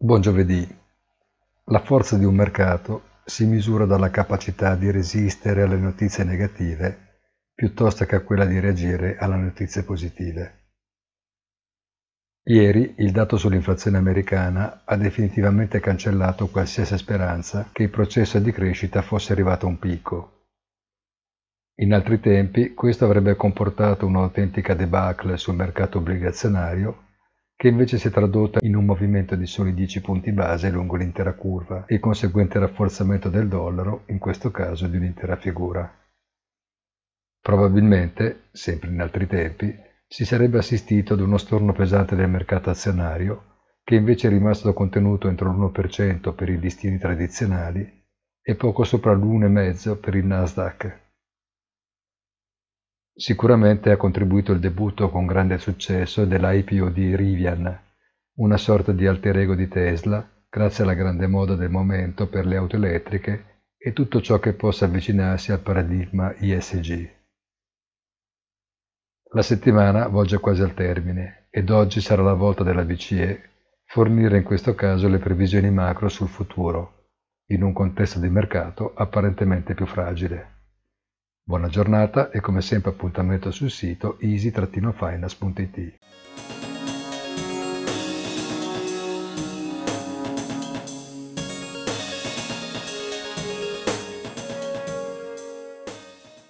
Buon giovedì. La forza di un mercato si misura dalla capacità di resistere alle notizie negative piuttosto che a quella di reagire alle notizie positive. Ieri il dato sull'inflazione americana ha definitivamente cancellato qualsiasi speranza che il processo di crescita fosse arrivato a un picco. In altri tempi questo avrebbe comportato un'autentica debacle sul mercato obbligazionario, che invece si è tradotta in un movimento di soli 10 punti base lungo l'intera curva e il conseguente rafforzamento del dollaro, in questo caso di un'intera figura. Probabilmente, sempre in altri tempi, si sarebbe assistito ad uno storno pesante del mercato azionario, che invece è rimasto contenuto entro l'1% per i listini tradizionali e poco sopra l'1,5% per il Nasdaq. Sicuramente ha contribuito il debutto con grande successo dell'IPO di Rivian, una sorta di alter ego di Tesla, grazie alla grande moda del momento per le auto elettriche e tutto ciò che possa avvicinarsi al paradigma ESG. La settimana volge quasi al termine ed oggi sarà la volta della BCE fornire in questo caso le previsioni macro sul futuro, in un contesto di mercato apparentemente più fragile. Buona giornata e come sempre appuntamento sul sito easy-finance.it.